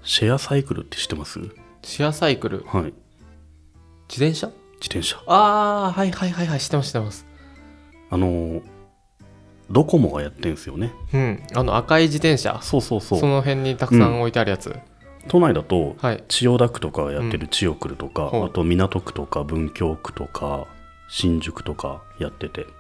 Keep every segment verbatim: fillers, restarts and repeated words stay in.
シェアサイクルって知ってます？ シェアサイクル、 はい。 自転車？ 自転車。 ああ、はいはいはいはい、知ってます知ってます。 あのー、ドコモがやってんすよね。 うん、あの赤い自転車。 そうそうそう。 その辺にたくさん置いてあるやつ。うん、 都内だと、 はい、 千代田区とかやってる千代区とか、 うん、 あと港区とか文京区とか新宿とかやってて、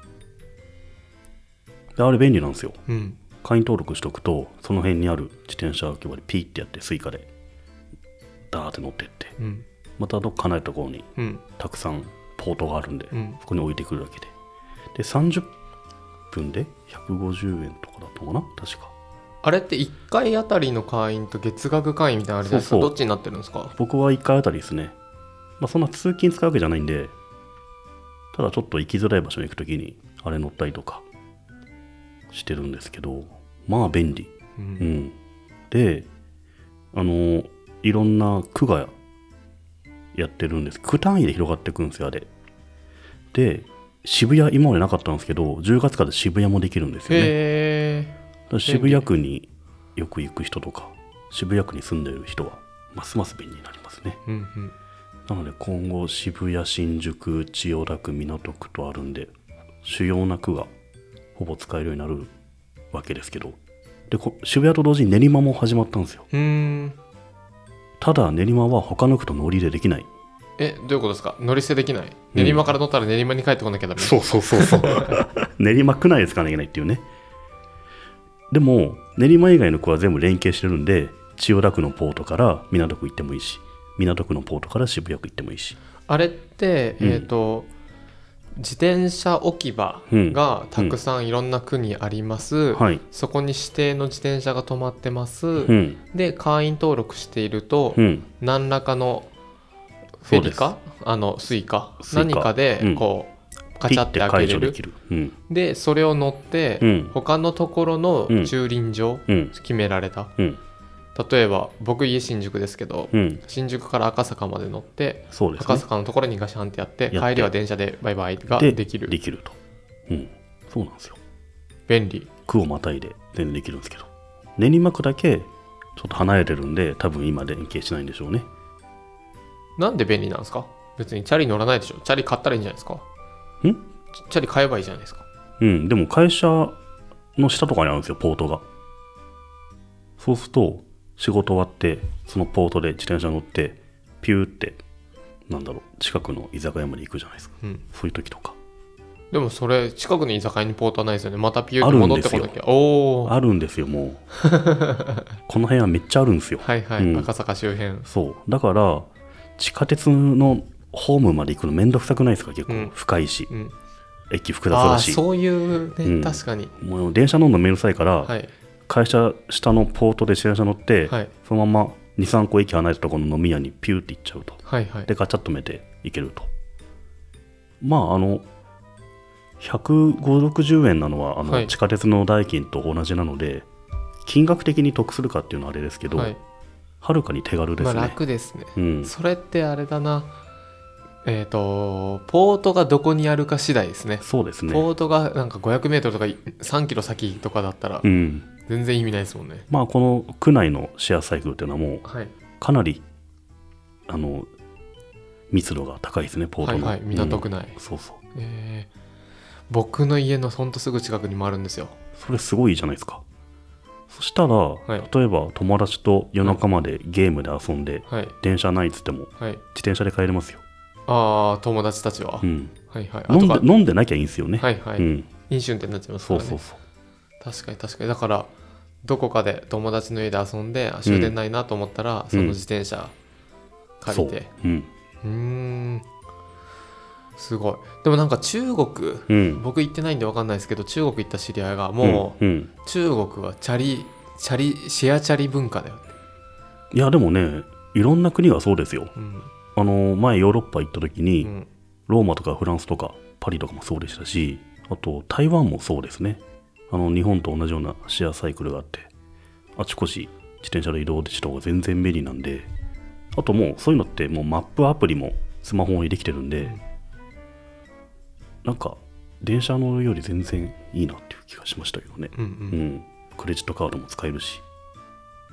であれ便利なんですよ。 うん、 会員登録しとくと、その辺にある自転車置き場にピーってやってスイカでダーって乗ってって、 うん、 またどっか離れたところにうん、 たくさんポートがあるんで、 うん、 そこに置いてくるだけで、でさんじゅっぷんでひゃくごじゅうえんとかだったのかな、確か。 あれっていっかいあたりの会員と月額会員みたいなのあるじゃないですか。 そうそう、 どっちになってるんですか？ 僕はいっかいあたりですね。まあそんな通勤使うわけじゃないんで、ただちょっと行きづらい場所に行くときにあれ乗ったりとかしてるんですけど、まあ便利。 うん、 うん。で、あのいろんな区がやってるんです。区単位で広がっていくんですよ、あれ。で、渋谷今までなかったんですけど、じゅうがつから渋谷もできるんですよね。 へだから渋谷区によく行く人とか、渋谷区に住んでる人はますます便利になりますね。 ー、うんうん、 なので今後渋谷、新宿、千代田区、港区とあるんで、主要な区がほぼ使えるようになるわけですけど、でこ渋谷と同時に練馬も始まったんですよ。 うーん。 ただ練馬は他の区と乗り入れできない。 え、どういうことですか？乗り捨てできない？練馬から乗ったら練馬に帰ってこなきゃダメ。 そうそうそうそう練馬区内で使わなきゃいけないっていうね。でも練馬以外の区は全部連携してるんで、千代田区のポートから港区行ってもいいし、港区のポートから渋谷区行ってもいいし。 あれって、 うんえっと、自転車置き場がたくさんいろんな区にあります、 うんはい、 そこに指定の自転車が止まってます、 うん、 で会員登録していると、 うん、 何らかのフェリカ、あのスイカスイカ何かでこう、カチャって開けれる。 ピッて解除できる。うん、 でそれを乗って、 うん、 他のところの駐輪場、 うん、 決められた、 うん、 例えば僕家新宿ですけど、 うん、 新宿から赤坂まで乗って、 そうですね、 赤坂のところにガシャンってやってやって帰りは電車でバイバイがでできる。 できると。うん、そうなんですよ。 便利。 区をまたいで全然できるんですけど、練馬区だけちょっと離れてるんで、多分今連携しないんでしょうね。 なんで便利なんですか？別にチャリ乗らないでしょ。チャリ買ったらいいんじゃないですか？ んチャリ買えばいいじゃないですか。 うん、でも会社の下とかにあるんですよ、ポートが。そうすると、仕事終わって、そのポートで自転車乗って、ピューって、なんだろう、近くの居酒屋まで行くじゃないですか。 うん、 そういう時とか。 でもそれ、近くの居酒屋にポートはないですよね。またピューって戻ってこなきゃ。おー。 あるんですよ、もう。この辺はめっちゃあるんですよ。 はいはい、うん、赤坂周辺。 そう。だから、地下鉄のホームまで行くのめんどくさくないですか？結構、うん、深いし、うん、駅複雑だし。 あ、そういうね、うん、確かに。 もう電車乗るのめんどくさいから、はい、会社下のポートで自転車乗って、はい、そのままに、さんこ駅離れたところの飲み屋にピューって行っちゃうと。 はいはい、 で、ガチャッと止めて行けると。まあ、あの、ひゃくごじゅう、ろくじゅうえんなのはあの、はい、地下鉄の代金と同じなので、金額的に得するかっていうのはあれですけど、はい、はるかに手軽ですね。 まあ、楽ですね、 うん。 それってあれだな。えーと、ポートがどこにあるか次第ですね。 そうですね。 ポートがなんかごひゃくメートルとかさんキロ先とかだったら、うん、全然意味ないですもんね。 まあこの区内のシェアサイクルっていうのはもうかなり、はい、あの密度が高いですね、ポートの。 はいはい、港区内、 うん、そうそう、 えー、僕の家のほんとすぐ近くにもあるんですよ。 それすごいじゃないですか。そしたら、はい、例えば友達と夜中までゲームで遊んで、はい、電車ないっつっても、はい、自転車で帰れますよ。 ああ、友達たちは、 うんはいはい、 飲んで、飲んでなきゃいいんですよね。 はいはい、うん、飲酒運転になっちゃいますからね。 そうそうそう、 確かに確かに。だからどこかで友達の家で遊んで終電ないなと思ったら、うん、その自転車借りて、うん、うーん、すごい。でもなんか中国、うん、僕行ってないんで分かんないですけど、中国行った知り合いがもう、うんうん、中国はチャリチャリシェアチャリ文化だよって。 いやでもね、いろんな国はそうですよ、うん、あの前ヨーロッパ行った時に、うん、ローマとかフランスとかパリとかもそうでしたし、あと台湾もそうですね。あの日本と同じようなシェアサイクルがあって、あちこち自転車で移動した方が全然便利なんで、あともうそういうのってもうマップアプリもスマホにできてるんで、なんか電車乗るより全然いいなっていう気がしましたけどね、うんうんうん、クレジットカードも使えるし。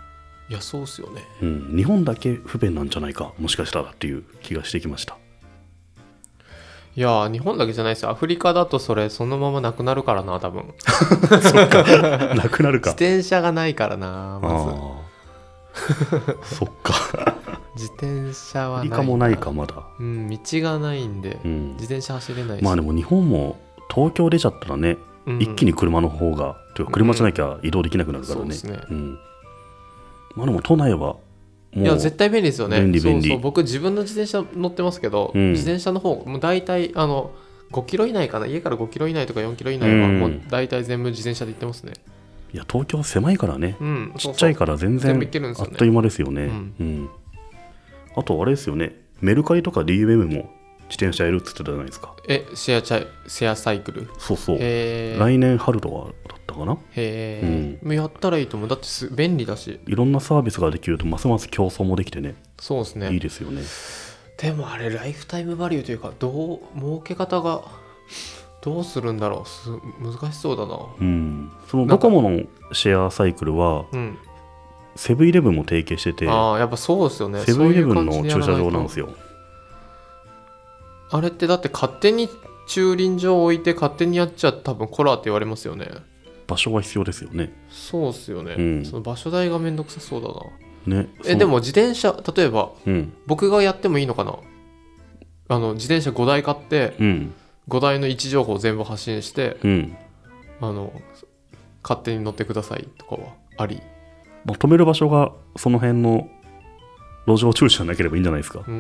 いやそうっすよね、 うん、日本だけ不便なんじゃないかもしかしたらっていう気がしてきました。 いや日本だけじゃないですよ。アフリカだとそれそのままなくなるからな多分そっかなくなるか。 自転車がないからなまずそっか自転車はないな。 アフリカもないかまだ、 うん、道がないんで、 うん、 自転車走れないし。 まあでも日本も東京出ちゃったらね、うん、一気に車の方がというか車じゃなきゃ移動できなくなるからね、うん、そうですね、うん、まあでも都内はもういや絶対便利ですよね。 便利便利。 そうそう僕自分の自転車乗ってますけど、うん、自転車の方もう大体あのごキロ以内かな、家からごキロ以内とかよんキロ以内はもう大体全部自転車で行ってますね。 いや東京狭いからね、 うん、 ちっちゃいから全然あっという間ですよね。うんうん、あとあれですよね、メルカリとか ディーユーエム も自転車やるって言ってたじゃないですか。 えシェアチャイシェアサイクル。 そうそう、来年春とかだったかな。 へえ、うん、やったらいいと思う。だってす便利だしいろんなサービスができるとますます競争もできてね。 そうですね、 いいですよね。 でもあれライフタイムバリューというかどう儲け方がどうするんだろう、す難しそうだな。 うん、そのドコモのシェアサイクルは、うん、セブンイレブンも提携してて、 ああやっぱそうですよね。 セブンイレブンの駐車場なんですよ。 あれってだって勝手に駐輪場置いて勝手にやっちゃ多分コラって言われますよね。 場所が必要ですよね。 そうですよね、うん、その場所代がめんどくさそうだな、ね、えでも自転車例えば、うん、僕がやってもいいのかな。あの自転車ごだい買って、うん、ごだいの位置情報を全部発信して、うん、あの勝手に乗ってくださいとかはあり、 まあ、止める場所がその辺の路上駐車なければいいんじゃないですか。 うーん、うん、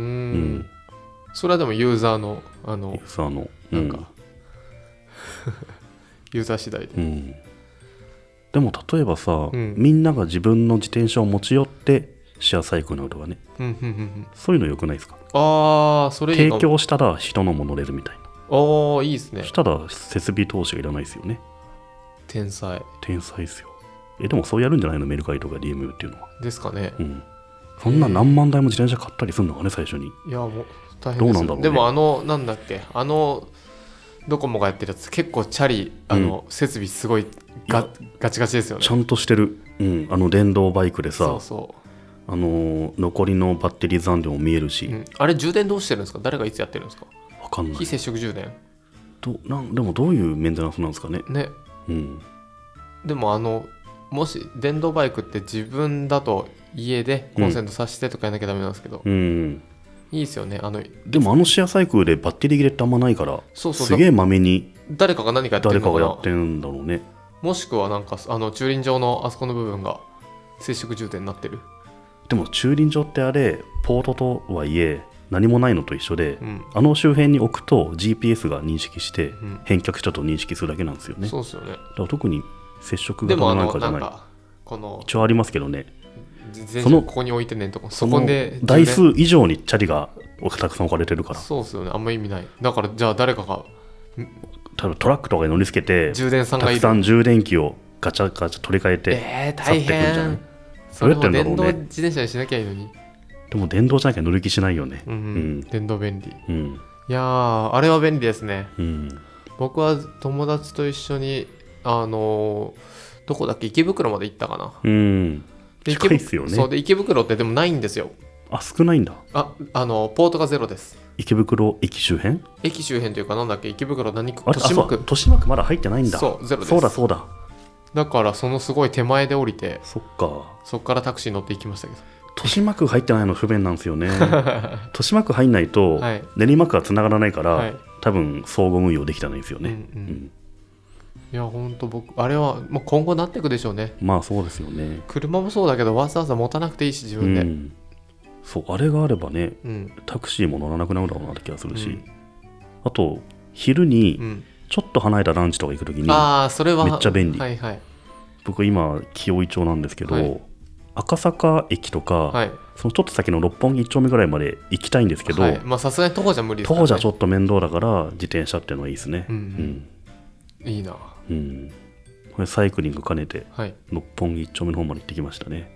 それはでもユーザーのあのユーザーの、 うん、なんかユーザー次第で、うん、 でも例えばさ、うん、みんなが自分の自転車を持ち寄ってシェアサイクルなどがね、うんうんうんうん、そういうの良くないですか。 ああそれいい。 提供したら人のも乗れるみたいな。 ああいいですね。 そしたら設備投資がいらないですよね。 天才天才ですよ。えでもそうやるんじゃないの、メルカリとか ディーエム っていうのは。 ですかね、うん、 そんな何万台も自転車買ったりするのかね最初に。いやもう大変ですよ。どうなんだろうね。でもあのなんだっけあのドコモがやってるやつ結構チャリあの、うん、設備すごい ガ, ガチガチですよね。 ちゃんとしてる、うん、あの電動バイクでさ、 そうそうあの残りのバッテリー残量も見えるし、うん、 あれ充電どうしてるんですか。誰がいつやってるんですか。 わかんない。 非接触充電どなんでもどういうメンテナンスなんですかね。 ね、うん、でもあのもし電動バイクって自分だと家でコンセント挿してとかやらなきゃダメなんですけど、うん、いいですよね。あのでもあのシェアサイクルでバッテリー切れってあんまないから、そうそうすげえまめに誰かが何かやってるのかな。 誰かがやってるんだろうね。 もしくはなんかあの駐輪場のあそこの部分が接触充電になってる。 でも駐輪場ってあれポートとはいえ何もないのと一緒で、うん、あの周辺に置くと ジーピーエス が認識して、うん、返却したと認識するだけなんですよね。 そうですよね。だから特に接触型なんかじゃない。 でもあのなんかこの一応ありますけどね。 そのここに置いてねんとかそこで台数以上にチャリがたくさん置かれてるから。 そうですよね。あんま意味ない。だからじゃあ誰かが多分トラックとかに乗り付けて充電さんがいるたくさん充電器をガチャガチャ取り替えて、 えー、大変。それも電動自転車にしなきゃいいのに。 でも電動じゃなきゃ乗り気しないよね、うんうんうん、 電動便利、うん、いやーあれは便利ですね、うん、僕は友達と一緒にあのー、どこだっけ池袋まで行ったかな、うん、 で近いっすよね。 そうで池袋ってでもないんですよ。 あ少ないんだ。 ああのポートがゼロです。 池袋駅周辺駅周辺というかなんだっけ池袋何区豊島区豊島区まだ入ってないんだ。 そうゼロです。 そうだそうだ。 だからそのすごい手前で降りてそっかそっからタクシー乗って行きましたけど豊島区入ってないの不便なんですよね豊島区入んないと、はい、練馬区は繋がらないから、はい、多分相互運用できたないんですよね、うんうんうん、 いやほんと僕あれはもう今後なっていくでしょうね。 まあそうですよね。 車もそうだけどわざわざ持たなくていいし自分で、うん、 そうあれがあればね、うん、タクシーも乗らなくなるだろうなって気がするし、うん、あと昼にちょっと離れたランチとか行くときに、 あそれはめっちゃ便利、 はいはい、 僕今紀尾井町なんですけど、はい、赤坂駅とか、はい、そのちょっと先の六本木一丁目ぐらいまで行きたいんですけど、はい、 まあさすがに徒歩じゃ無理ですからね。 徒歩じゃちょっと面倒だから自転車っていうのはいいですね、うんうん、いいな、 うん、これサイクリング兼ねて、はい、六本木一丁目の方まで行ってきましたね。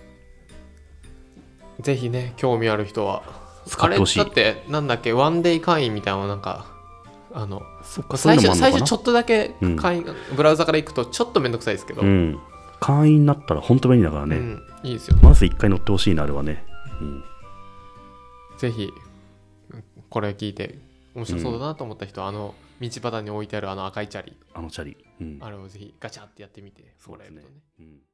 ぜひね興味ある人は使ってほしい。あれだってなんだっけワンデイ会員みたいなのなんかあのそっか最初最初ちょっとだけ会員、うん、ブラウザから行くとちょっとめんどくさいですけど、うん、 会員になったら本当便利だからね、うん、 いいですよ、 まず一回乗ってほしいな、あれはね。うん、 ぜひこれ聞いて面白そうだなと思った人は、うん、あの道端に置いてあるあの赤いチャリ、 あのチャリ、うん、 あれをぜひガチャってやってみてもらえるとね。 そうですね、うん